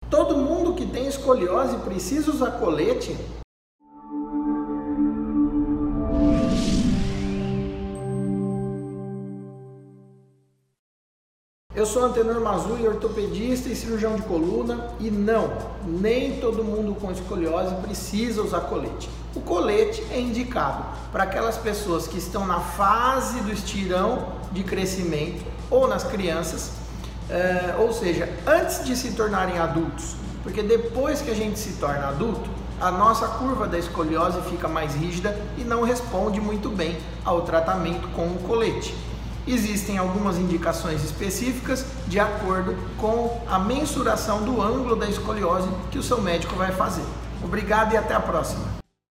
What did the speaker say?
Todo mundo que tem escoliose precisa usar colete? Eu sou Antenor Mazui, ortopedista e cirurgião de coluna, e não, nem todo mundo com escoliose precisa usar colete. O colete é indicado para aquelas pessoas que estão na fase do estirão de crescimento ou nas crianças, ou seja, antes de se tornarem adultos, porque depois que a gente se torna adulto, a nossa curva da escoliose fica mais rígida e não responde muito bem ao tratamento com o colete. Existem algumas indicações específicas de acordo com a mensuração do ângulo da escoliose que o seu médico vai fazer. Obrigado e até a próxima!